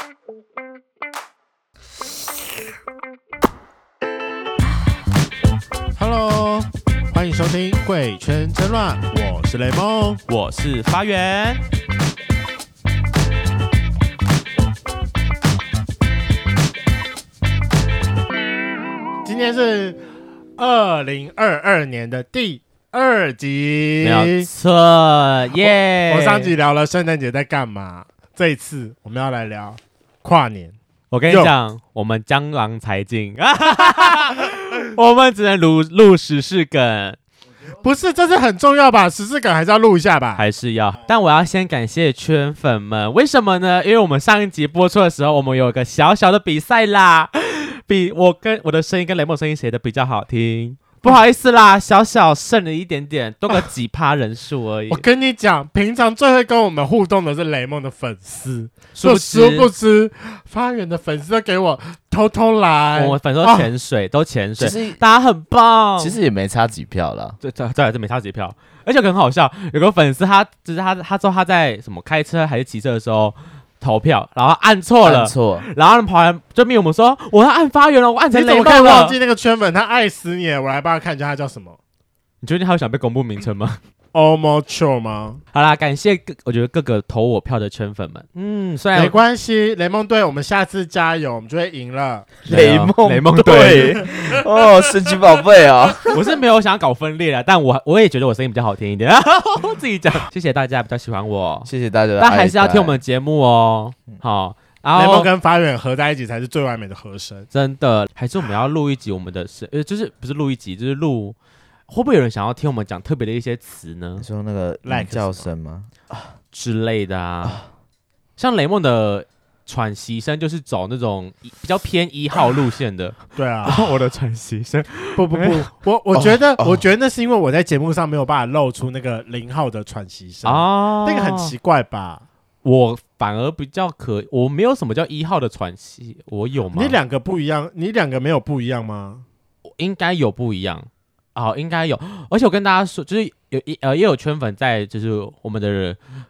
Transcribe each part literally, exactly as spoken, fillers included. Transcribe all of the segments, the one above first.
Hello， 欢迎收听《贵圈争乱》，我是雷梦， 我是发源。 今天是二零二二年的第二集， 没有错，耶、 yeah ！我上集聊了圣诞节在干嘛，这一次我们要来聊跨年。 我跟你讲，我们江郎才尽，我们只能录录时事梗。 不是，这是很重要吧？时事梗还是要录一下吧？ 还是要。但我要先感谢圈粉们，为什么呢？因为我们上一集播出的时候，我们有一个小小的比赛啦，比我跟我的声音跟雷梦声音谁的比较好听。不好意思啦，小小剩了一点点，多个几趴人数而已。 我跟你讲，平常最会跟我们互动的是雷梦的粉丝， 殊不知殊不知发源的粉丝都给我偷偷来， 我们粉丝都潜水，哦、都潜水， 其实大家很棒。 其实也没差几票啦， 对对对，这没差几票，而且很好笑，有个粉丝他就是他他说他在什么开车还是骑车的时候。投票，然后按错了， 按错， 然后跑来就命我们说我要按发源了，我按成雷梦了。 你怎么可以忘记那个圈粉？他爱死你了，我来帮他看一下他叫什么。 你确定他有想被公布名称吗 ？Almost 吗？ 好啦，感谢各我觉得各个投我票的圈粉们。嗯，虽然没关系，雷梦队，我们下次加油，我们就会赢了。 雷梦雷梦队， 哦，神奇宝贝啊！ 我是没有想搞分裂啦，但我我也觉得我声音比较好听一点，自己讲。谢谢大家比较喜欢我， 谢谢大家的爱戴， 但还是要听我们的节目哦。好，然后雷梦跟发源合在一起才是最完美的和声， 真的。还是我们要录一集我们的是，呃，就是不是录一集，就是录。会不会有人想要听我们讲特别的一些词呢？ 你说那个懒叫声吗？ 之类的啊，啊像雷梦的喘息声就是走那种比较偏一号路线的。 对啊， 我的喘息声， 不不不，我我觉得、哦、我觉得那是因为我在节目上没有办法露出那个零号的喘息声啊，那个很奇怪吧？ 我反而比较可，我没有什么叫一号的喘息，我有吗？ 你两个不一样，你两个没有不一样吗？ 应该有不一样。哦，应该有，而且我跟大家说，就是有呃也有圈粉在，就是我们的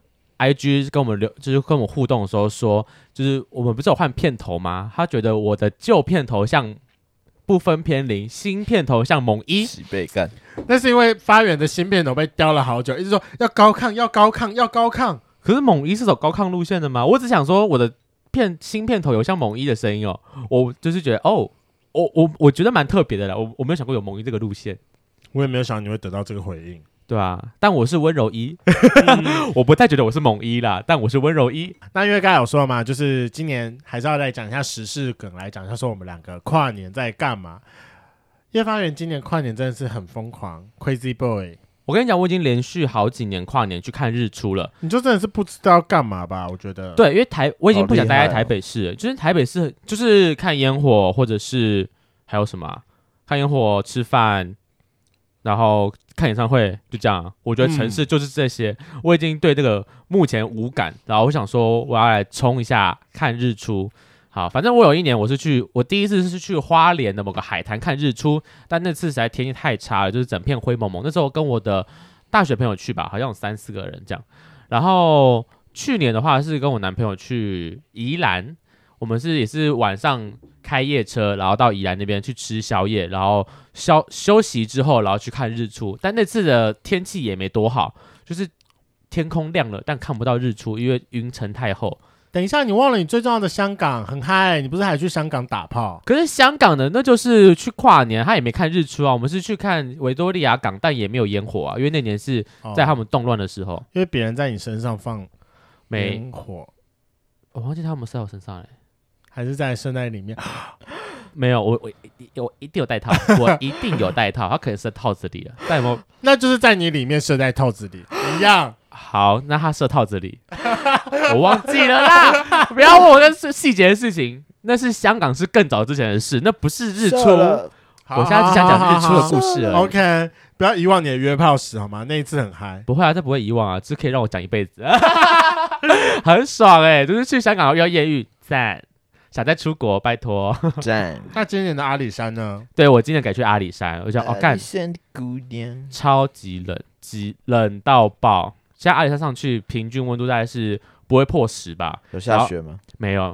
I G 跟我们留，就是跟我互动的时候说，就是我们不是有换片头吗？他觉得我的旧片头像不分偏零，新片头像猛一， 洗背干。 那是因为发源的新片头被雕了好久，一直说要高亢，要高亢，要高亢。 可是猛一是走高亢路线的吗？我只想说我的片新片头有像猛一的声音哦，我就是觉得哦，我我我觉得蛮特别的啦，我我没有想过有猛一这个路线。 我也没有想你会得到这个回应， 对啊，但我是温柔一，我不太觉得我是猛一啦，但我是温柔一。 那因为刚才有说嘛，就是今年还是要来讲一下时事梗，来讲一下说我们两个跨年在干嘛。叶发源今年跨年真的是很疯狂 ，Crazy Boy。 我跟你讲，我已经连续好几年跨年去看日出了， 你就真的是不知道要干嘛吧？我觉得， 对，因为台我已经不想待在台北市了， 哦、 就是台北市就是看烟火，或者是还有什么、啊、看烟火、吃饭。然后看演唱会就这样，我觉得城市就是这些，嗯、我已经对这个目前无感。然后我想说，我要来冲一下看日出。好，反正我有一年我是去，我第一次是去花莲的某个海滩看日出，但那次实在天气太差了，就是整片灰蒙蒙。那时候跟我的大学朋友去吧，好像有三四个人这样。然后去年的话是跟我男朋友去宜兰。我们是也是晚上开夜车，然后到宜兰那边去吃宵夜，然后休休息之后，然后去看日出。但那次的天气也没多好，就是天空亮了，但看不到日出，因为云层太厚。 等一下，你忘了你最重要的香港很嗨，你不是还去香港打炮？ 可是香港的那就是去跨年，他也没看日出啊。我们是去看维多利亚港，但也没有烟火啊，因为那年是在他们动乱的时候，哦、 因为别人在你身上放烟火， 我忘记他们是在我身上嘞。 还是在圣诞里面？ 没有，我我我一定有带套，我一定有带套，它可能是在套子里了，但有没有？ 那就是在你里面射在套子里一样。 好，那他射套子里，我忘记了啦，不要问我那是细节的事情，那是香港是更早之前的事，那不是日出。我现在只想讲日出的故事而已。 OK， 不要遗忘你的约炮史好吗？那一次很嗨。 不会啊，这不会遗忘啊，这可以让我讲一辈子，很爽哎、欸，就是去香港要艳遇，赞。想再出国，拜托。 赞。 那今年的阿里山呢？ 对，我今年改去阿里山，我想哦干，超级冷，极冷到爆。现在阿里山上去平均温度大概是不会破十吧？ 有下雪吗？ 没有，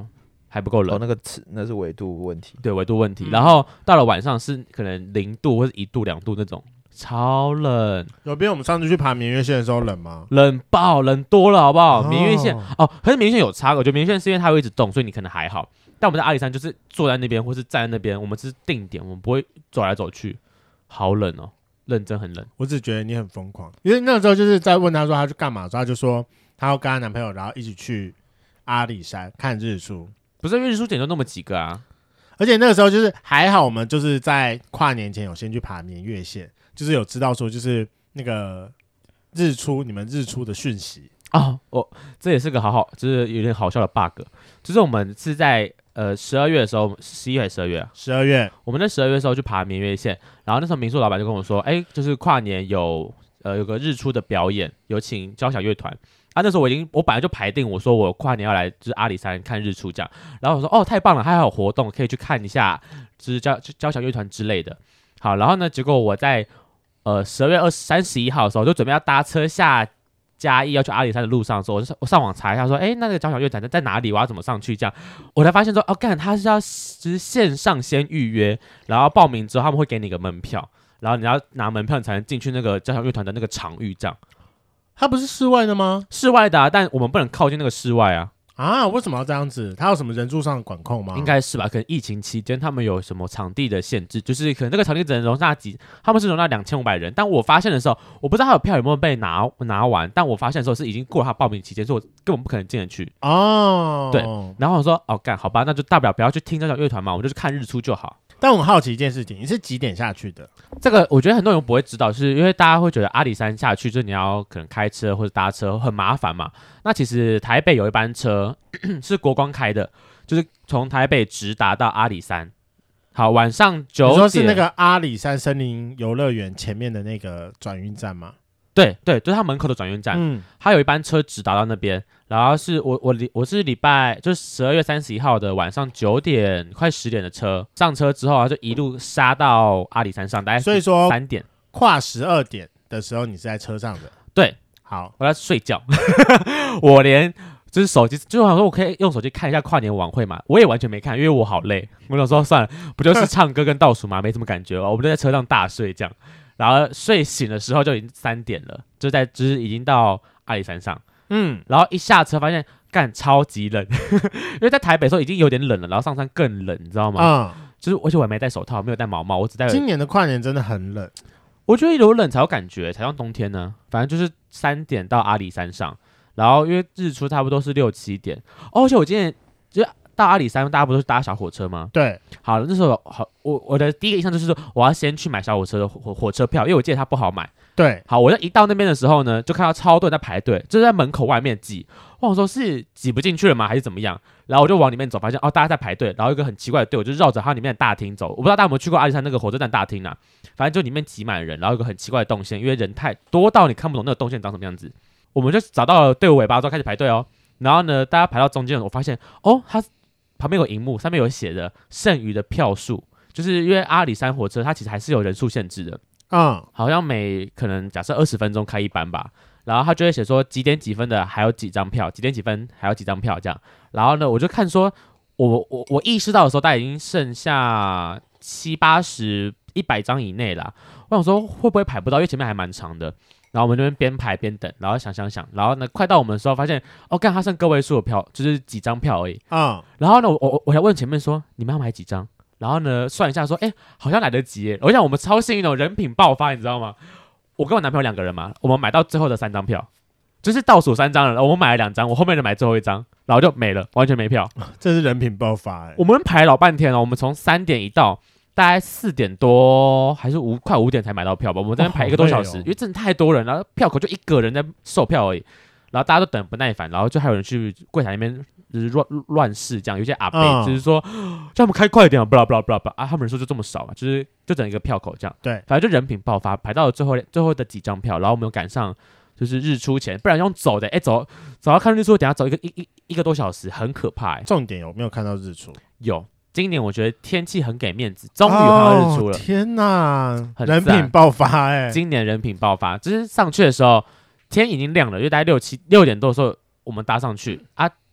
还不够冷。 哦，那个那是纬度问题， 对纬度问题、 嗯。 然后到了晚上是可能零度或者一度两度那种，超冷。 有比我们上次去爬绵月线的时候冷吗？ 冷爆，冷多了，好不好？ 哦绵月线哦，可是绵月线有差，我觉得绵月线是因为它会一直动，所以你可能还好。但我们在阿里山就是坐在那边，或是站在那边，我们是定点，我们不会走来走去，好冷哦，认真很冷。 我只觉得你很疯狂，因为那个时候就是在问他说他去干嘛，之后他就说他要跟他男朋友，然后一起去阿里山看日出。 不是日出点就那么几个啊， 而且那个时候就是还好，我们就是在跨年前有先去爬绵月线，就是有知道说就是那个日出，你们日出的讯息。 哦，我这也是个好好，就是有点好笑的 bug， 就是我们是在呃十二月的时候，十一月还是十二月啊？ 十二月， 我们在十二月的时候去爬绵月线，然后那时候民宿老板就跟我说，哎，就是跨年有呃有个日出的表演，有请交响乐团。啊，那时候我已经我本来就排定，我说我跨年要来就是阿里山看日出这样，然后我说哦太棒了，还有活动可以去看一下，就是交交响乐团之类的。好，然后呢，结果我在呃十二月二三十一号的时候，就准备要搭车下嘉义要去阿里山的路上的时候，我就我上网查一下说，哎，那个交响乐团在在哪里？我要怎么上去？这样，我才发现说，哦，干，他是要就是线上先预约，然后报名之后他们会给你一个门票，然后你要拿门票你才能进去那个交响乐团的那个场域，这样。 它不是室外的吗？ 室外的啊，但我们不能靠近那个室外啊。 啊，为什么要这样子？它有什么人数上的管控吗？ 应该是吧，可能疫情期间他们有什么场地的限制，就是可能这个场地只能容纳几，他们是容纳两千五百人。但我发现的时候，我不知道他有票有没有被拿拿完，但我发现的时候是已经过了他报名期间，所以我根本不可能进得去。 哦， 对，然后我说哦干，好吧，那就大不了不要去听交响乐团嘛，我就去看日出就好。 但我很好奇一件事情，你是几点下去的？ 这个我觉得很多人不会知道，是因为大家会觉得阿里山下去就是你要可能开车或者搭车很麻烦嘛。那其实台北有一班车是国光开的，就是从台北直达到阿里山。好，晚上九点。 你说是那个阿里山森林游乐园前面的那个转运站吗？ 对对，就是他门口的转运站， 嗯， 他有一班车直达到那边，然后是我我我是礼拜就是十二月三十一号的晚上九点快十点的车，上车之后啊就一路杀到阿里山上，大概所以说三点跨十二点的时候你是在车上的。 对， 好， 我在睡觉，我连就是手机，就想说我可以用手机看一下跨年晚会嘛，我也完全没看，因为我好累，我想说算了，不就是唱歌跟倒数嘛，没什么感觉哦，我们就在车上大睡这样。然后睡醒的时候就已经三点了，就在就是已经到阿里山上， 嗯， 然后一下车发现干超级冷，因为在台北的时候已经有点冷了，然后上山更冷，你知道吗？ 嗯， 就是而且我还没戴手套，没有戴毛帽，我只戴。 今年的跨年真的很冷， 我觉得有冷才有感觉，才像冬天呢。反正就是三点到阿里山上，然后因为日出差不多是六七点，哦，而且我今天就到阿里山，大家不都是搭小火车吗？ 对， 好，那时候好，我我的第一个印象就是说，我要先去买小火车的火火车票，因为我记得它不好买。 对， 好，我就一到那边的时候呢，就看到超多人在排队，就是在门口外面挤。我想说是挤不进去了吗，还是怎么样？然后我就往里面走，发现哦，大家在排队，然后一个很奇怪的队，我就绕着它里面的大厅走。我不知道大家有没有去过阿里山那个火车站大厅啊？反正就里面挤满人，然后有一个很奇怪的动线，因为人太多到你看不懂那个动线长什么样子。我们就找到了队伍尾巴之后开始排队哦。然后呢，大家排到中间，我发现哦，它旁边有荧幕，上面有写的剩余的票数，就是因为阿里山火车它其实还是有人数限制的。 嗯， 好像每可能假设二十分钟开一班吧，然后他就会写说几点几分的还有几张票，几点几分还有几张票这样。然后呢，我就看说，我我我意识到的时候，大概已经剩下七八十、一百张以内啦。我想说会不会排不到，因为前面还蛮长的。然后我们这边边排边等，然后想想想，然后呢，快到我们的时候发现，哦，干，他剩个位数的票，就是几张票而已。 嗯， 然后呢，我我我还问前面说，你们要买几张？然后呢，算一下说，哎，好像来得及耶。我想我们超幸运的，人品爆发，你知道吗？我跟我男朋友两个人嘛，我们买到最后的三张票，就是倒数三张了。我们买了两张，我后面的买最后一张，然后就没了，完全没票。 这是人品爆发哎。 我们排老半天了，我们从三点一到大概四点多还是五快五点才买到票吧。我们在那边排一个多小时， 哦哦因为真的太多人，然后票口就一个人在售票而已，然后大家都等不耐烦，然后就还有人去柜台那边就是乱乱试这样，有些阿伯、嗯、就是说叫他们开快一点啊，不啦不啦不啦不啦啊，他们人数就这么少啊，就是就等一个票口这样， 对， 反正就人品爆发，排到了最后最后的几张票，然后我们有赶上就是日出前，不然用走的，哎走走到看日出，等下走一个一一一个多小时，很可怕哎。 重点有没有看到日出？ 有，今年我觉得天气很给面子，终于看到日出了， 哦、天哪， 很人品爆发哎！ 今年人品爆发，就是上去的时候天已经亮了，因为大概六七六点多的时候我们搭上去啊。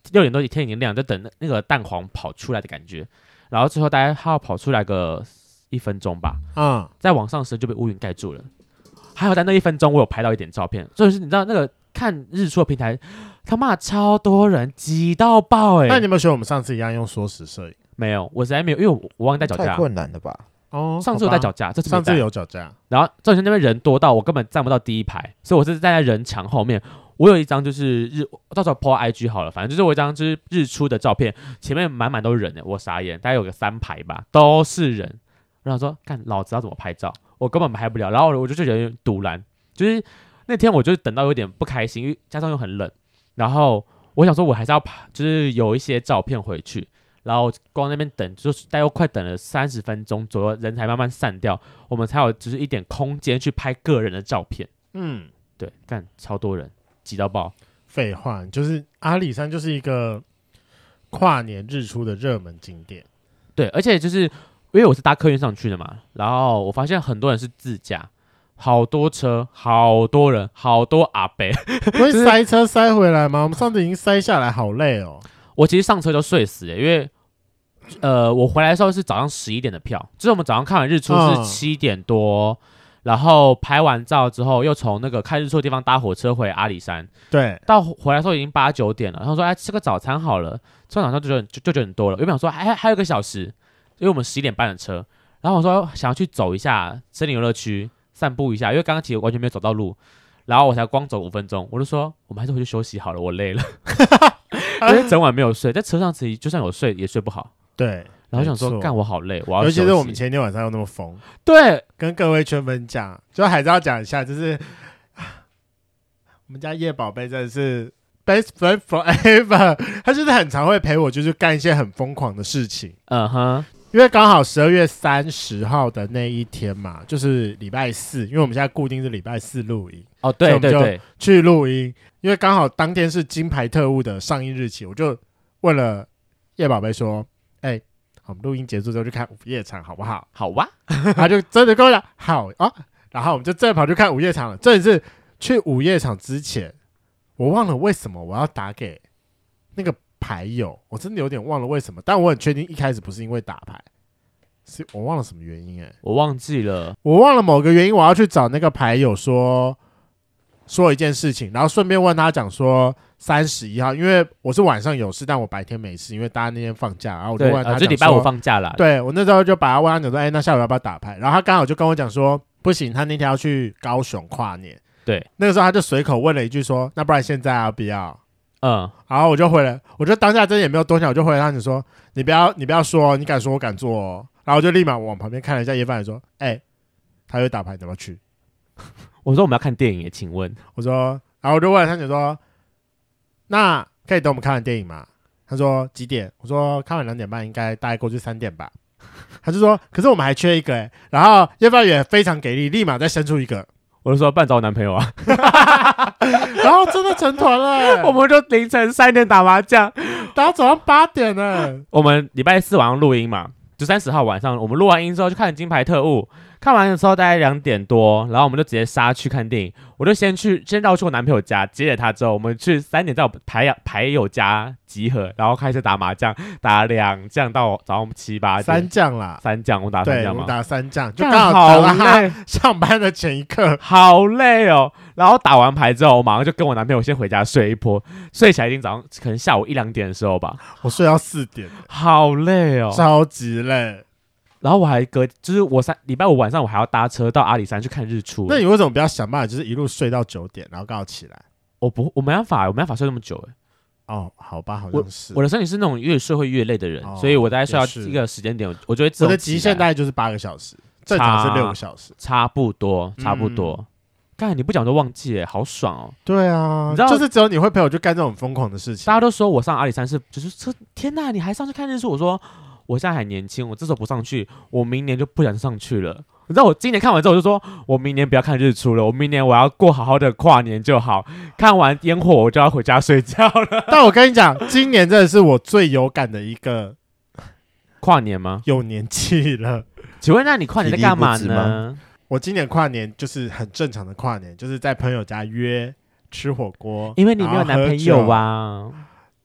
六点多天已经亮，就等那个蛋黄跑出来的感觉，然后最后大概还要跑出来个一分钟吧， 嗯， 再往上升就被乌云盖住了。还好在那一分钟我有拍到一点照片，就是你知道那个看日出的平台，他妈超多人挤到爆哎、欸！ 那你有没有学我们上次一样用缩时摄影？ 没有，我实在没有，因为我我忘记带脚架。 太困难了吧？ 哦， 上次有带脚架，这次没带上次有脚架， 然后赵先那边人多到我根本站不到第一排，所以我是站在人墙后面。我有一张就是日，到时候 po I G 好了，反正就是我一张就是日出的照片，前面满满都是人的，我傻眼，大概有个三排吧，都是人。然后说，干老子要怎么拍照？我根本拍不了。然后我就觉得有点堵拦，就是那天我就等到有点不开心，因为加上又很冷。然后我想说，我还是要拍，就是有一些照片回去。然后光那边等，就是大概快等了三十分钟左右，人才慢慢散掉，我们才有就是一点空间去拍个人的照片。 嗯， 对，干超多人，挤到爆。 废话，就是阿里山就是一个跨年日出的热门景点。 对，而且就是因为我是搭客运上去的嘛，然后我发现很多人是自驾，好多车，好多人，好多阿伯， 不会塞车塞回来吗？我们上次已经塞下来，好累哦。 我其实上车就睡死了，因为呃，我回来的时候是早上十一点的票，就是我们早上看完日出是七点多，嗯、然后拍完照之后，又从那个看日出的地方搭火车回阿里山。 对， 到回来的时候已经八九点了，然后说哎吃个早餐好了，吃完早餐就觉得就就觉得很多了，原本想说还还有一个小时，因为我们十一点半的车，然后我说想要去走一下森林游乐区散步一下，因为刚刚其实完全没有走到路，然后我才光走五分钟，我就说我们还是回去休息好了，我累了。因为整晚没有睡，在车上其实就算有睡也睡不好。 对， 然后想说干我好累，我要尤休息。 其是我们前天晚上又那么疯。 对， 跟各位圈粉讲，就还是要讲一下，就是我们家叶宝贝真的是 best friend forever， 他就是很常会陪我，就是干一些很疯狂的事情。 嗯哼， 因为刚好十二月三十号的那一天嘛，就是礼拜四，因为我们现在固定是礼拜四录音。 哦，对对对， 去录音，因为刚好当天是金牌特务的上映日期，我就问了叶宝贝说：“哎、欸，我们录音结束之后去看午夜场好不好？” 好哇， 他就真的跟我讲好啊，然后我们就真的跑去看午夜场了。这一次去午夜场之前，我忘了为什么我要打给那个牌友，我真的有点忘了为什么，但我很确定一开始不是因为打牌。是我忘了什么原因哎、欸， 我忘记了， 我忘了某个原因，我要去找那个牌友说说一件事情，然后顺便问他讲说三十一号，因为我是晚上有事，但我白天没事，因为大家那天放假，然后我就问他讲说， 呃、就礼拜五放假了。 对，我那时候就把他问他讲说，哎、欸，那下午要不要打牌？然后他刚好就跟我讲说，不行，他那天要去高雄跨年。 对， 那个时候他就随口问了一句说，那不然现在要不要？ 嗯， 然后我就回来，我就当下真的也没有多想，我就回来他说，你不要，你不要说，你敢说我敢做哦。然后我就立马往旁边看了一下叶范，说：“哎、欸，他会打牌，怎么去？” 我说：“我们要看电影耶，请问？” 我说，然后我就问他，就说：“那可以等我们看完电影吗？”他说：“几点？”我说：“看完两点半，应该大概过去三点吧。”他就说：“可是我们还缺一个哎。”然后叶范也非常给力，立马再生出一个。 我就说：“不然找我男朋友啊。” 然后真的成团了， 我们就凌晨三点打麻将， 打到早上八点了。 我们礼拜四晚上录音嘛。就三十号晚上，我们录完音之后就看金牌特务，看完的时候大概两点多，然后我们就直接杀去看电影。我就先去，先绕去我男朋友家接了他之后，我们去三点在我牌牌友家集合，然后开始打麻将，打两将到早上七八点。 三将啦， 三将，我打三将嘛，对，我打三将，就刚好打到他上班的前一刻， 好累哦。然后打完牌之后，我马上就跟我男朋友先回家睡一波，睡起来已经早上可能下午一两点的时候吧。 我睡到四点， 好累哦， 超级累。 然后我还隔，就是我三礼拜五晚上我还要搭车到阿里山去看日出。 那你为什么不要想办法，就是一路睡到九点，然后刚好起来？ 我不，我没办法，我没办法睡那么久。 哦，好吧，好像是。 我, 我的身体是那种越睡会越累的人，哦、所以我大概睡到一个时间点，我就会自动起来。 我的极限大概就是八个小时，正常是六个小时， 差不多，差不多。刚、嗯、才你不讲就忘记耶，好爽哦。 对啊，你知道，就是只有你会陪我去干这种疯狂的事情。 大家都说我上阿里山是，就是说天哪，你还上去看日出？我说。我现在还年轻，我这时候不上去，我明年就不想上去了。你知道我今年看完之后，我就说我明年不要看日出了，我明年我要过好好的跨年就好。看完烟火我就要回家睡觉了。 但我跟你讲，今年真的是我最有感的一个跨年吗？ 有年纪了。 请问那你跨年在干嘛呢？ 我今年跨年就是很正常的跨年，就是在朋友家约吃火锅， 因为你没有男朋友啊。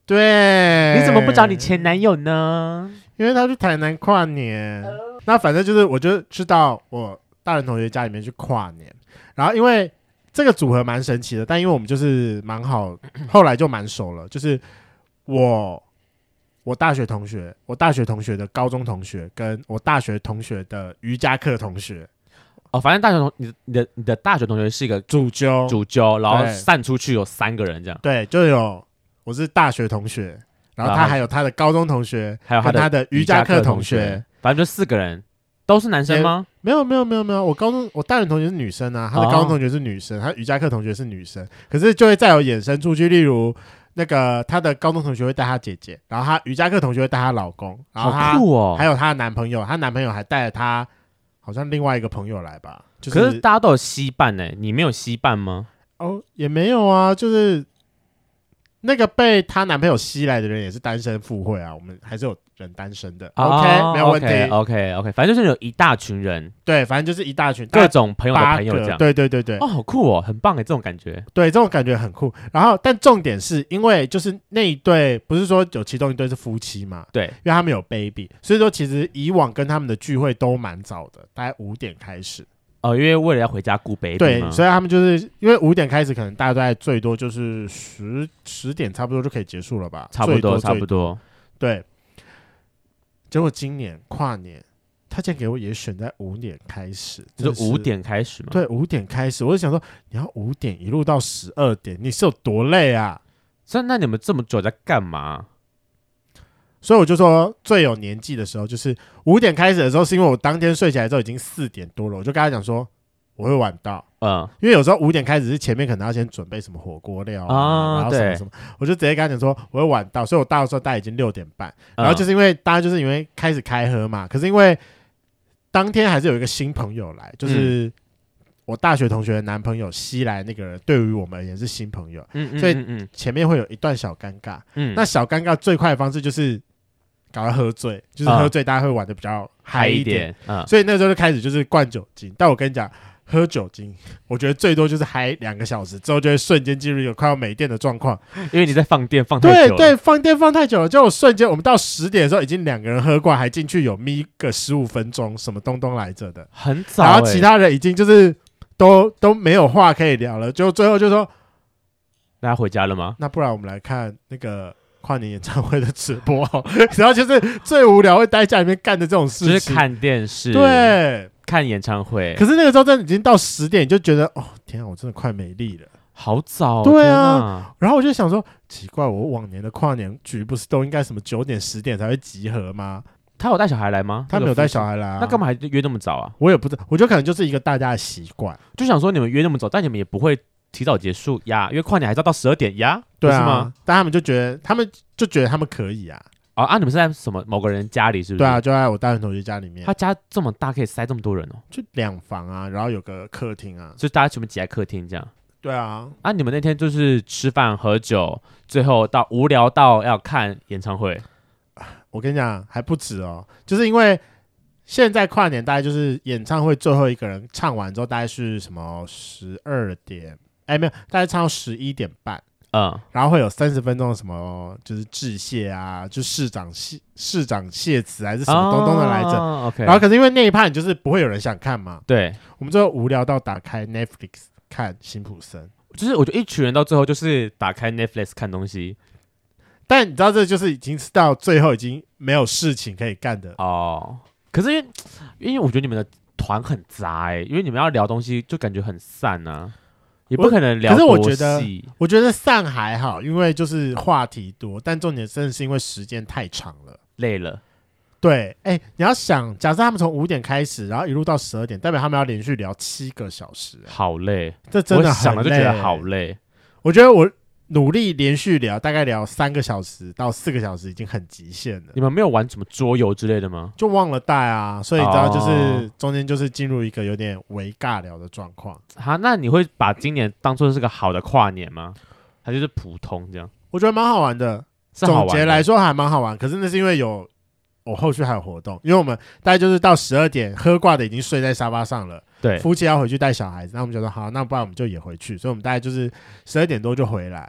对， 你怎么不找你前男友呢？ 因为他去台南跨年，那反正就是我就去到我大人同学家里面去跨年，然后因为这个组合蛮神奇的，但因为我们就是蛮好，后来就蛮熟了，就是我我大学同学，我大学同学的高中同学，跟我大学同学的瑜伽课同学。 哦，反正大学同你的你的你的大学同学是一个主揪， 主揪，然后对散出去有三个人这样。 对，就有我是大学同学，然后他还有他的高中同学， 还有他的他的瑜伽课同学， 学，反正就四个人，都是男生吗？ 没有没有没有没有，我高中我大学同学是女生啊，他的高中同学是女生，他瑜伽课同学是女生，可是就会再有衍生出去，例如那个他的高中同学会带他姐姐，然后他瑜伽课同学会带她老公，然后他好酷哦， 还有她的男朋友，她男朋友还带了她好像另外一个朋友来吧，就是、 可是大家都有吸伴呢，你没有吸伴吗？ 哦，也没有啊，就是那个被她男朋友吸来的人也是单身赴会啊，我们还是有人单身的、哦、，OK 没有问题 ，OK OK， 反正就是有一大群人， 对，反正就是一大群各种朋友的朋友这样， 对对对对， 哦，好酷哦，很棒哎，这种感觉， 对，这种感觉很酷。然后，但重点是因为就是那一对不是说有其中一对是夫妻嘛， 对， 因为他们有 baby， 所以说其实以往跟他们的聚会都蛮早的，大概五点开始。 哦，因为为了要回家顾 baby， 对，所以他们就是因为五点开始，可能大概最多就是十十点差不多就可以结束了吧， 差不多差不多。 对，结果今年跨年，他竟然给我也选在五点开始， 就是五点开始嘛？ 对，五点开始，我就想说，你要五点一路到十二点，你是有多累啊？ 所以那你们这么久在干嘛？ 所以我就说最有年纪的时候，就是五点开始的时候，是因为我当天睡起来之后已经四点多了，我就跟他讲说我会晚到，嗯，因为有时候五点开始是前面可能要先准备什么火锅料 啊, 啊，然后什么什么，我就直接跟他讲说我会晚到，所以我到的时候大概已经六点半，然后就是因为大家就是因为开始开喝嘛，可是因为当天还是有一个新朋友来，就是我大学同学的男朋友吸来那个人，对于我们也是新朋友，嗯嗯嗯嗯，所以前面会有一段小尴尬，嗯，那小尴尬最快的方式就是赶快喝醉，就是喝醉，大家会玩的比较嗨一点，嗯嗯、所以那时候就开始就是灌酒精。但我跟你讲，喝酒精，我觉得最多就是嗨两个小时之后，就会瞬间进入一个快要没电的状况， 因为你在放电放太久了。 对对，放电放太久了，就瞬间我们到十点的时候，已经两个人喝挂，还进去有眯个十五分钟，什么东东来着的， 很早、欸。 然后其他人已经就是都都没有话可以聊了，就最后就说， 大家回家了吗？ 那不然我们来看那个跨年演唱会的直播，然后就是最无聊会待在家里面干的这种事情， 就是看电视， 对， 看演唱会。 可是那个时候真的已经到十点，你就觉得哦天啊，我真的快没力了， 好早， 对啊。然后我就想说，奇怪，我往年的跨年局不是都应该什么九点十点才会集合吗？ 他有带小孩来吗？ 他没有带小孩来啊， 那干嘛还约那么早啊？ 我也不知道，我觉得可能就是一个大家的习惯， 就想说你们约那么早，但你们也不会提早结束呀，因为跨年还是要到十二点呀， 对啊， 是吗？ 但他们就觉得，他们就觉得他们可以啊。 哦啊，你们是在什么某个人家里是不是？ 对啊，就在我大学同学家里面。 他家这么大，可以塞这么多人哦？ 就两房啊，然后有个客厅啊， 就大家全部挤在客厅这样。 对啊， 啊，你们那天就是吃饭喝酒，最后到无聊到要看演唱会。 我跟你讲，还不止哦，就是因为现在跨年大概就是演唱会最后一个人唱完之后，大概是什么十二点，哎没有，大概唱到十一点半，嗯，然后会有三十分钟的什么就是致谢啊，就市长谢市长谢词还是什么东东的来着、哦 okay、然后可是因为那一趴你就是不会有人想看嘛， 对， 我们最后无聊到打开 Netflix 看辛普森， 就是我觉得一群人到最后就是打开 Netflix 看东西。 但你知道这就是已经到最后已经没有事情可以干的哦。可是因为因为我觉得你们的团很杂哎、欸，因为你们要聊东西就感觉很散啊，也不可能聊多细。 可是我觉得我觉得散还好，因为就是话题多，但重点真的是因为时间太长了， 累了。 对，哎、欸，你要想，假设他们从五点开始，然后一路到十二点，代表他们要连续聊七个小时、欸， 好累， 这真的很累、欸。 我想了就觉得好累。 我觉得我努力连续聊，大概聊三个小时到四个小时已经很极限了。 你们没有玩什么桌游之类的吗？ 就忘了带啊，所以你知道，就是中间就是进入一个有点微尬聊的状况。 好，那你会把今年当作是个好的跨年吗？还是普通这样？ 我觉得蛮好玩的， 是好玩的， 总结来说还蛮好玩。可是那是因为有我后续还有活动，因为我们大概就是到十二点喝挂的已经睡在沙发上了。对，夫妻要回去带小孩子，那我们就说好，那不然我们就也回去，所以我们大概就是十二点多就回来，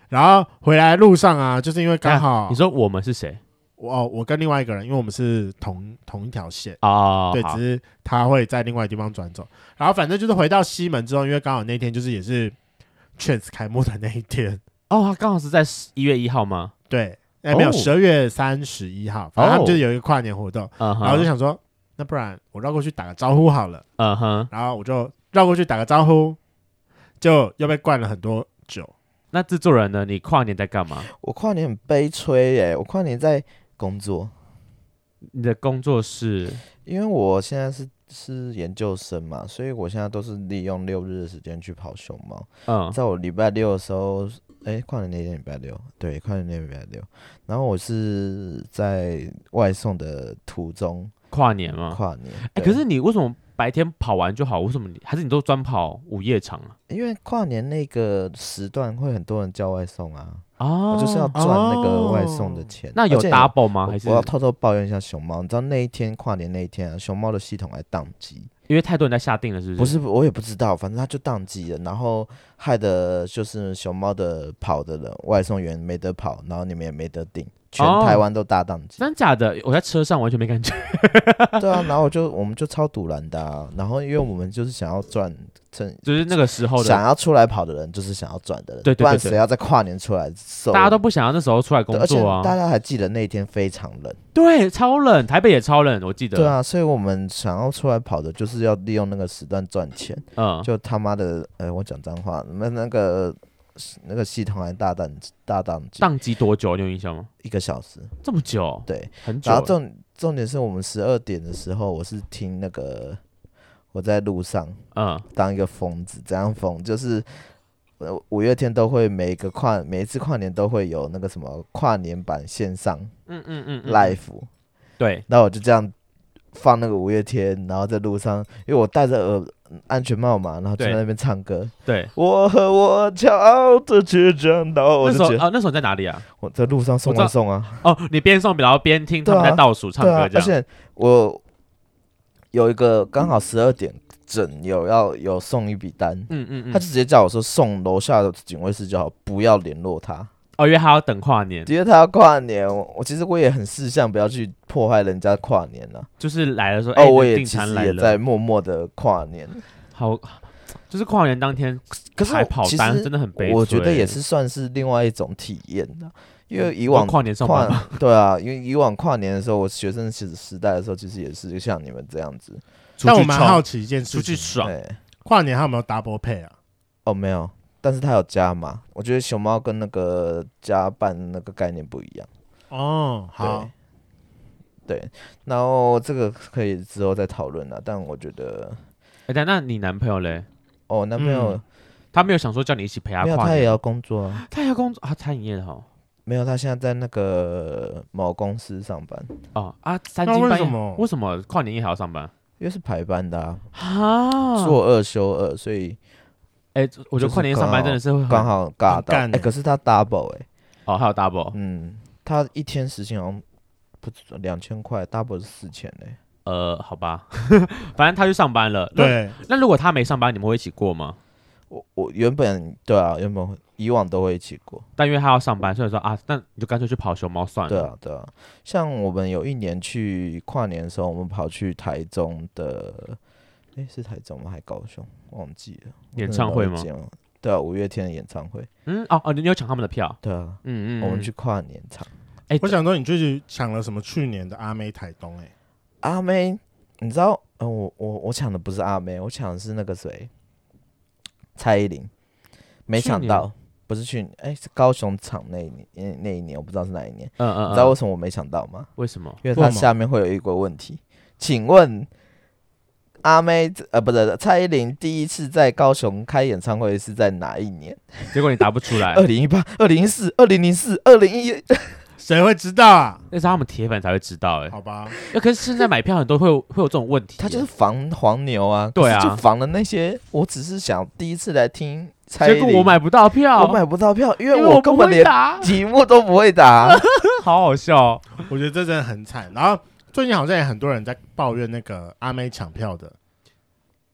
然后回来路上啊，就是因为刚好你说我们是谁？ 我我跟另外一个人，因为我们是同同一条线哦， 对，只是他会在另外地方转走。然后反正就是回到西门之后，因为刚好那天就是也是 Chance 开幕的那一天。 哦，他刚好是在一月一号吗？ 对，哎、欸，没有，十二月三十一号，反正他们就是有一个跨年活动。 嗯、 然后就想说，那不然我绕过去打个招呼好了。 嗯哼， 然后我就绕过去打个招呼，就又被灌了很多酒。 那制作人呢？你跨年在干嘛？ 我跨年很悲催耶，我跨年在工作。 你的工作是？ 因为我现在是是研究生嘛，所以我现在都是利用六日的时间去跑熊猫。嗯，在我礼拜六的时候，哎、欸，跨年那天礼拜六，对，跨年那天礼拜六。然后我是在外送的途中跨年吗？ 跨年。 哎、欸，可是你为什么白天跑完就好？为什么你还是你都专跑午夜场啊？ 因为跨年那个时段会很多人叫外送啊。 哦， 我就是要赚那个外送的钱。 哦、那有 double 吗？还是我要偷偷抱怨一下熊猫？你知道那一天跨年那一天啊，熊猫的系统还宕机， 因为太多人在下定了，是不是？ 不是，我也不知道，反正它就宕机了，然后害的就是熊猫的跑的人外送员没得跑，然后你们也没得订，全台湾都大宕机。 真假的？我在车上完全没感觉。 对啊，然后我就我们就超堵拦的啊，然后因为我们就是想要赚。 就是那个时候的想要出来跑的人，就是想要赚的人， 对对对对， 不然谁要在跨年出来受？ 大家都不想要那时候出来工作啊。 而且大家还记得那一天非常冷， 对，超冷，台北也超冷，我记得。 对啊，所以我们想要出来跑的，就是要利用那个时段赚钱。嗯，就他妈的，呃，我讲脏话，那那个那个系统还大宕大宕机， 宕机多久？你有印象吗？ 一个小时， 这么久？ 对， 很久。 然后重重点是我们十二点的时候，我是听那个。我在路上，嗯，当一个疯子，怎样疯？就是五月天都会每个跨每一次跨年都会有那个什么跨年版线上，嗯嗯嗯 ，live， 对， 然后我就这样放那个五月天，然后在路上，因为我戴着耳安全帽嘛，然后就在那边唱歌， 对， 我和我骄傲的倔强，然后我就觉得啊，那时候你在哪里啊？ 我在路上送外送啊， 哦，你边送然后边听他们在倒数唱歌这样， 而且我。有一个刚好十二点整有要有送一笔单，嗯嗯嗯，他就直接叫我说送楼下的警卫室就好，不要联络他。 哦，因为他要等跨年， 因为他要跨年，我, 我其实我也很识相，不要去破坏人家跨年了、啊。 就是来的时候， 哦，欸、我也其实也在默默的跨年。 好，就是跨年当天，可是跑单真的很悲催。 我觉得也是算是另外一种体验的。因为以往跨年上班嘛，对啊，因为以往跨年的时候，我学生时代的时候，其实也是像你们这样子。 但我蛮好奇一件事情， 出去爽。 跨年还有没有 double pay 啊？ 哦，没有，但是他有加码。我觉得熊猫跟那个加班那个概念不一样。 哦，好， 对，对然后这个可以之后再讨论了。但我觉得， 哎、欸，但那你男朋友嘞？ 哦，男朋友、嗯、 他没有想说叫你一起陪他跨年， 没有，他也要工作啊， 他也要工作啊，餐饮业的哈。 没有，他现在在那个某公司上班。 哦啊，三更半夜为什么？ 为什么跨年夜还要上班？ 因为是排班的啊， 啊做二休二，所以， 哎、欸，我觉得跨年上班真的是会刚好尬到，哎、欸，可是他 double 哎、欸， 哦，还有 double， 嗯，他一天时薪好像不两千块 ，double 是四千嘞。 呃，好吧，反正他去上班了。 对， 那如果他没上班，你们会一起过吗？ 我我原本对啊，原本以往都会一起过， 但因为他要上班，所以说啊，那你就干脆去跑熊猫算了。 对啊，对啊。像我们有一年去跨年的时候，我们跑去台中的，哎、欸，是台中吗？还高雄？忘记了。 演唱会吗？ 对啊，五月天的演唱会。 嗯，哦哦，你有抢他们的票？ 对啊，嗯嗯，我们去跨年场。 哎、欸，我想说，你去抢了什么？去年的阿妹台东、欸？哎， 阿妹，你知道？呃，我我我抢的不是阿妹，我抢的是那个谁？蔡依林，没抢到，不是去年，哎、欸，是高雄场那一年，那一年我不知道是哪一年。嗯 嗯, 嗯，你知道为什么我没抢到吗？ 为什么？ 因为它下面会有一个问题，请问阿妹呃不是蔡依林第一次在高雄开演唱会是在哪一年？ 结果你答不出来。 二零一八、二零一四、二零零四、二零一， 谁会知道啊？ 那是他们铁粉才会知道哎、欸。 好吧。 那可是现在买票很多会有会有这种问题、欸。 他就是防黄牛啊。 对啊。 就防了那些，我只是想第一次来听蔡依林， 结果我买不到票， 我买不到票，因为我根本连题目都不会答。 好好笑、哦， 我觉得这真的很惨。然后最近好像也很多人在抱怨那个阿妹抢票的。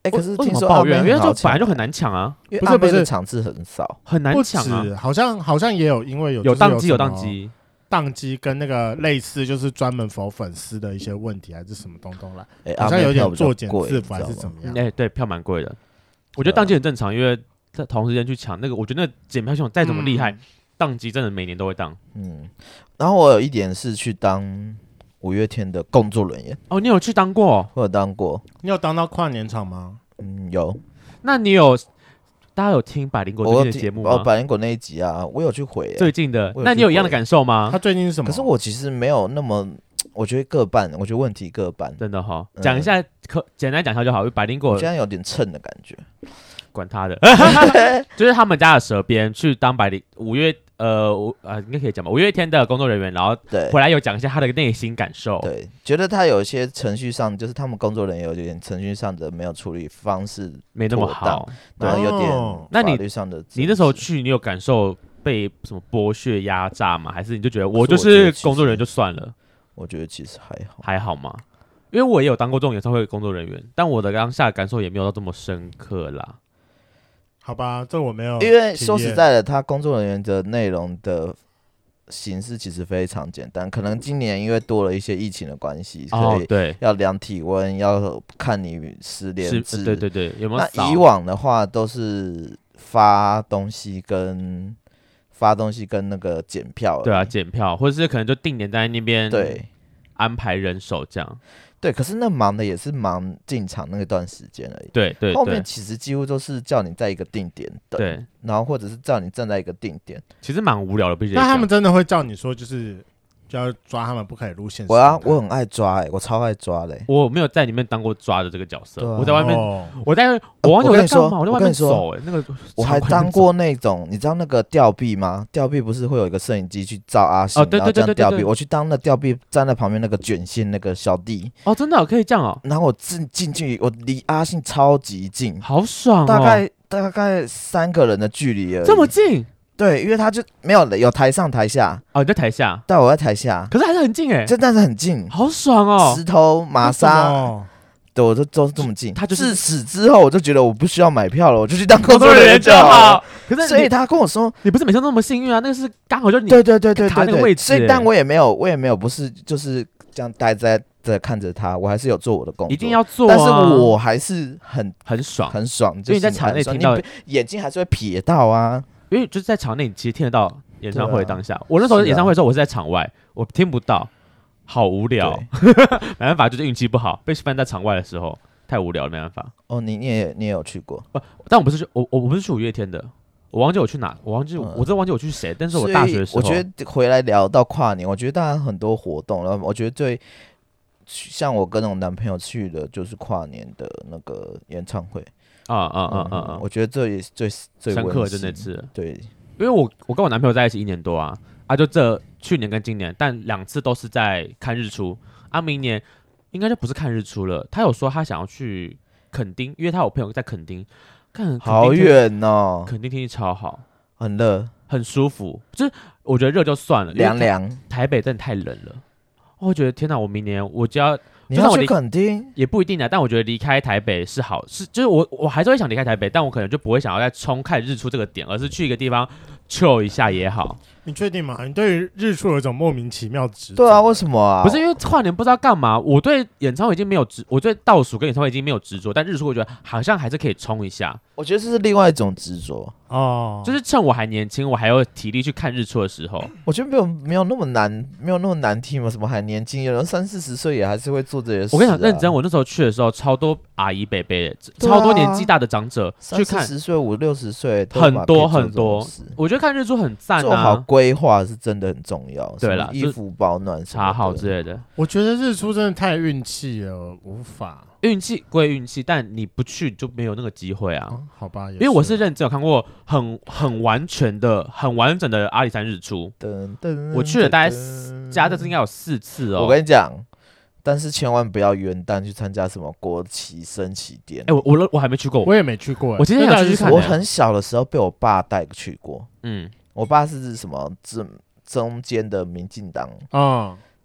哎、欸，可是听说抱怨，因为就本来就很难抢啊， 因为阿妹的场次很少， 很难抢啊。 好像好像也有，因为有有宕机，有宕机。 宕机跟那个类似，就是专门否粉丝的一些问题，还是什么东东啦？ 欸、 好像有点作茧自缚还是怎么样？ 哎、欸，对，票蛮贵的。我觉得宕机很正常，因为在同时间去抢那个，我觉得那检票系统再怎么厉害，宕、嗯、机真的每年都会宕。 嗯，然后我有一点是去当五月天的工作人员。 哦，你有去当过？ 我有当过。 你有当到跨年场吗？ 嗯，有。 那你有？大家有听百灵果最近的节目吗？ 哦，百灵果那一集啊，我有去回、欸。 最近的，那你有一样的感受吗？ 他最近是什么？ 可是我其实没有那么，我觉得各半，我觉得问题各半。 真的哈，讲、嗯、一下，可简单讲一下就好。因为百灵果现在有点蹭的感觉， 管他的，就是他们家的蛇编去当百灵五月。呃，我呃，应该可以讲吧。五月天的工作人员，然后回来有讲一下他的内心感受。 对，觉得他有一些程序上，就是他们工作人员有点程序上的没有处理方式没那么好， 然后有点法律上的、哦。 你那时候去，你有感受被什么剥削压榨吗？还是你就觉得我就是工作人员就算了？ 我觉得其实还好， 还好吗？因为我也有当过这种演唱会的工作人员，但我的当下的感受也没有到这么深刻啦。 好吧，这我没有。 因为说实在的，他工作人员的内容的形式其实非常简单。可能今年因为多了一些疫情的关系，所以对要量体温，要看你实联制， 对对对，有没有？ 那以往的话都是发东西跟发东西跟那个检票， 对啊，检票，或者是可能就定点在那边对安排人手这样。 对，可是那忙的也是忙进场那段时间而已。 对 对, 对， 后面其实几乎都是叫你在一个定点等， 对， 然后或者是叫你站在一个定点， 其实蛮无聊的。毕竟， 那他们真的会叫你说，就是就要抓他们，不可以录线。 我啊，我很爱抓、欸，哎，我超爱抓嘞、欸。 我没有在里面当过抓的这个角色，啊、我在外面， 哦、 我在，我忘记我在干嘛，我在外面走、 欸， 那个我还当过那种，你知道那个吊臂吗？吊臂不是会有一个摄影机去照阿信， 哦，对对对对 对, 对, 对，我去当那吊臂，站在旁边那个卷线那个小弟。 哦，真的、哦、可以这样哦。 然后我进进去，我离阿信超级近， 好爽哦， 大概大概三个人的距离而已， 这么近。 对，因为他就没有有台上台下哦，你在台下， 对，我在台下， 可是还是很近哎， 真的是很近， 好爽哦！ 石头玛莎，对，我都都这么近。 他就是自此之后，我就觉得我不需要买票了，我就去当工作人员就好。 可是， 所以他跟我说， 你不是每次都那么幸运啊，那个是刚好就你对对对对卡那个位置。 所以，但我也没有，我也没有不是就是这样待在在看着他，我还是有做我的工作， 一定要做、啊。 但是我还是很很爽， 很爽， 因为你在场内听到， 眼睛还是会瞥到啊。 因为就是在场内，你其实听得到演唱会当下。啊、我那时候演唱会的时候，我是在场外，我听不到，好无聊。没办法，就是运气不好，被放在场外的时候太无聊了，没办法。 哦，你你也你也有去过？ 呃、但我不是去，我我不是去五月天的，我忘记我去哪，我忘记、嗯、我真的忘记我去谁。但是我大学的时候， 我觉得回来聊到跨年，我觉得当然很多活动，然后我觉得最像我跟我男朋友去的就是跨年的那个演唱会。啊啊啊啊啊！我觉得这也是最最深刻的那次， 对， 因为我我跟我男朋友在一起一年多啊，啊，就这去年跟今年，但两次都是在看日出，啊，明年应该就不是看日出了。他有说他想要去垦丁，因为他有朋友在垦丁，看好远哦， 垦丁天气超好， 很热， 很舒服，就是我觉得热就算了， 凉凉， 台北真的太冷了，我觉得天哪，我明年我就要。 你要去垦丁也不一定啊，但我觉得离开台北是好，是就是我我还是会想离开台北，但我可能就不会想要再冲看日出这个点，而是去一个地方 chill 一下也好。 你确定吗？你对于日出有一种莫名其妙的执着？ 对啊，为什么啊？ 不是因为跨年不知道干嘛，我对演唱会已经没有执，我对倒数跟演唱会已经没有执着，但日出我觉得好像还是可以冲一下。 我觉得这是另外一种执着哦， 就是趁我还年轻，我还有体力去看日出的时候， 我觉得没有没有那么难，没有那么难听嘛。什么还年轻，有人三四十岁也还是会做这些事、啊。 我跟你讲，认真，我那时候去的时候，超多阿姨伯伯的，超多年纪大的长者去看， 十岁、五六十岁， 很多很多。我觉得看日出很赞啊， 做好规划是真的很重要。 对啦， 衣服保暖、 茶好之类的。 我觉得日出真的太运气了，无法。 运气归运气，但你不去就没有那个机会啊。 哦、好吧， 因为我是认真有看过很很完全的、很完整的阿里山日出。 噔噔我去了大概加这次应该有四次哦。 我跟你讲，但是千万不要元旦去参加什么国旗升旗典。 哎、欸，我我我还没去过， 我也没去过。 我今天想去看。 我很小的时候被我爸带去过。 嗯， 我爸是什么中中间的民进党。 嗯。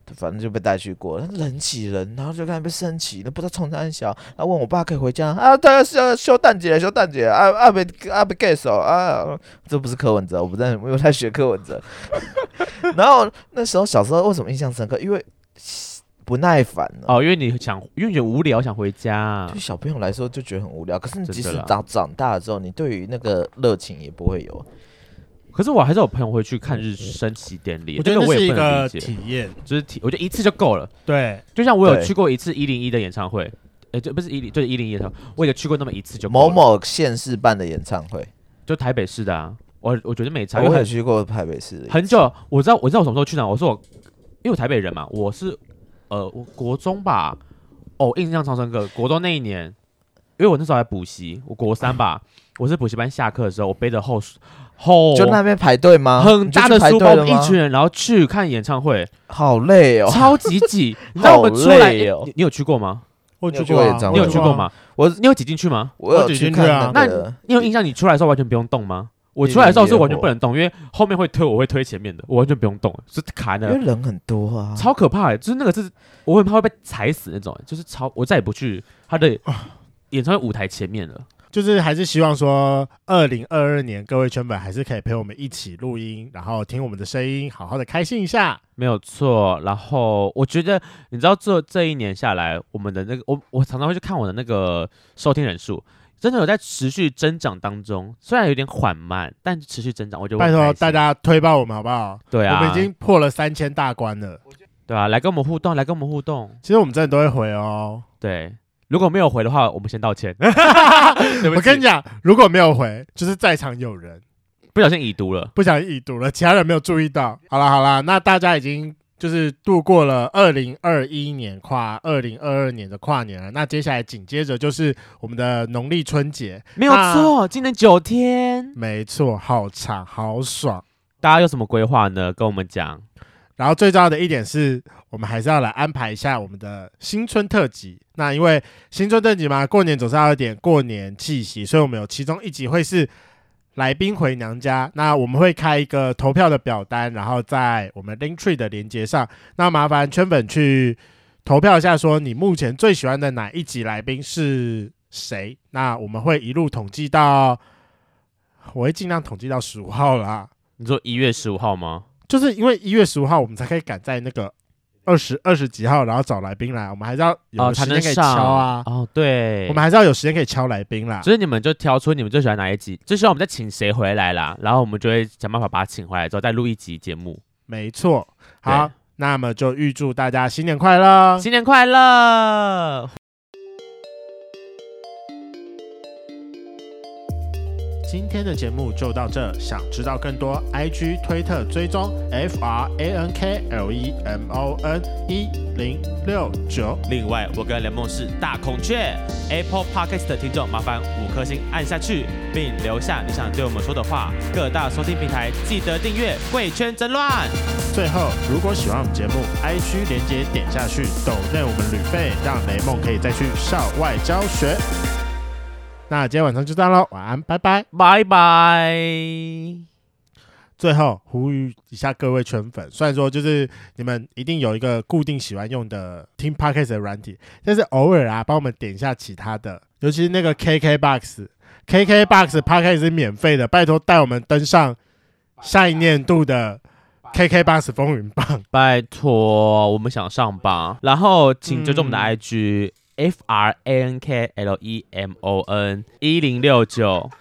反正就被带去过，人挤人，然后就看被升旗，那不知道冲三小，然后问我爸可以回家啊，他要休休蛋节，休蛋节啊啊被啊被 get 手啊，这不是柯文哲，我不在，我在学柯文哲。然后那时候小时候为什么印象深刻？因为不耐烦了哦，因为你想，因为你无聊想回家， 对小朋友来说就觉得很无聊。可是你即使长长大了之后，你对于那个热情也不会有。 可是我还是有朋友会去看日升旗典礼， 我觉得那个我也是一个不能理解体验， 就是体，我觉得一次就够了。 对， 就像我有去过一次一零一的演唱会，哎，这不是一零，就是一零一演唱会，我也去过那么一次就够了。 某某县市办的演唱会， 就台北市的啊，我我觉得没差。 我也去过台北市的， 很久，我知道我知道我什么时候去哪，我说我因为我台北人嘛，我是呃我国中吧，哦印象超深刻，国中那一年，因为我那时候还补习，我国三吧，我是补习班下课的时候，我背着后后就那边排队吗？ 很大的书包，一群人，然后去看演唱会， 好累哦， 超级挤。你知道我们出来，欸、你, 你有去过吗？ 我去过、啊， 你有去过吗？我你有挤进去吗？ 我有去看、那個、 那你有印象？你出来的时候完全不用动吗？我出来的时候是完全不能动，因为后面会推，我会推前面的，我完全不用动，是卡的。 因为人很多啊， 超可怕的，就是那个是我很怕会被踩死那种，就是超我再也不去他的演唱会舞台前面了。 就是还是希望说，二零二二年各位圈粉还是可以陪我们一起录音，然后听我们的声音，好好的开心一下， 没有错。然后我觉得，你知道这这一年下来，我们的那个我我常常会去看我的那个收听人数，真的有在持续增长当中，虽然有点缓慢，但持续增长。我觉得拜托大家推爆我们好不好？ 对啊， 我们已经破了三千大关了， 对啊，来跟我们互动，来跟我们互动。 其实我们真的都会回哦， 对。如果没有回的话，我们先道歉。 我跟你讲，如果没有回，就是在场有人不小心已读了， 不小心已读了，其他人没有注意到。好啦好啦，那大家已经就是度过了二零二一年跨二零二二年的跨年了。那接下来紧接着就是我们的农历春节， 没有错，今年九天， 没错，好长好爽。 大家有什么规划呢？跟我们讲。 然后最重要的一点是，我们还是要来安排一下我们的新春特辑。那因为新春特辑嘛，过年总是要有点过年气息，所以我们有其中一集会是来宾回娘家。那我们会开一个投票的表单，然后在我们 Linktree 的连结上，那麻烦圈粉去投票一下，说你目前最喜欢的哪一集来宾是谁？那我们会一路统计到，我会尽量统计到十五号啦。 你说一月十五号吗？ 就是因为一月十五号我们才可以赶在那个二十二十几号，然后找来宾来，我们还是要有时间可以敲啊。 哦，哦对， 我们还是要有时间可以敲来宾啦。 所以你们就挑出你们最喜欢哪一集，最希望我们再请谁回来啦，然后我们就会想办法把他请回来之后再录一集节目。 没错，好，那么就预祝大家新年快乐， 新年快乐。 今天的节目就到这，想知道更多 I G 推特追踪 F R A N K L E M O N 一零六九。 另外我跟雷梦是大孔雀 Apple Podcast 的听众，麻烦五颗星按下去，并留下你想对我们说的话。各大收听平台记得订阅贵圈争乱。 最后如果喜欢我们节目， I G 连结点下去抖内我们旅费，让雷梦可以再去校外教学。那今天晚上就这样咯，晚安，拜拜， 拜拜。 最后呼吁一下各位圈粉，虽然说就是你们一定有一个固定喜欢用的听 Podcast 的软体，但是偶尔啊，帮我们点一下其他的，尤其是那个 K K B O X，K K B O X Podcast 是免费的，拜托带我们登上下一年度的 K K B O X 风云榜， 拜托，我们想上榜，然后请追踪我们的 I G、嗯。F R A N K L E M O N 一零六九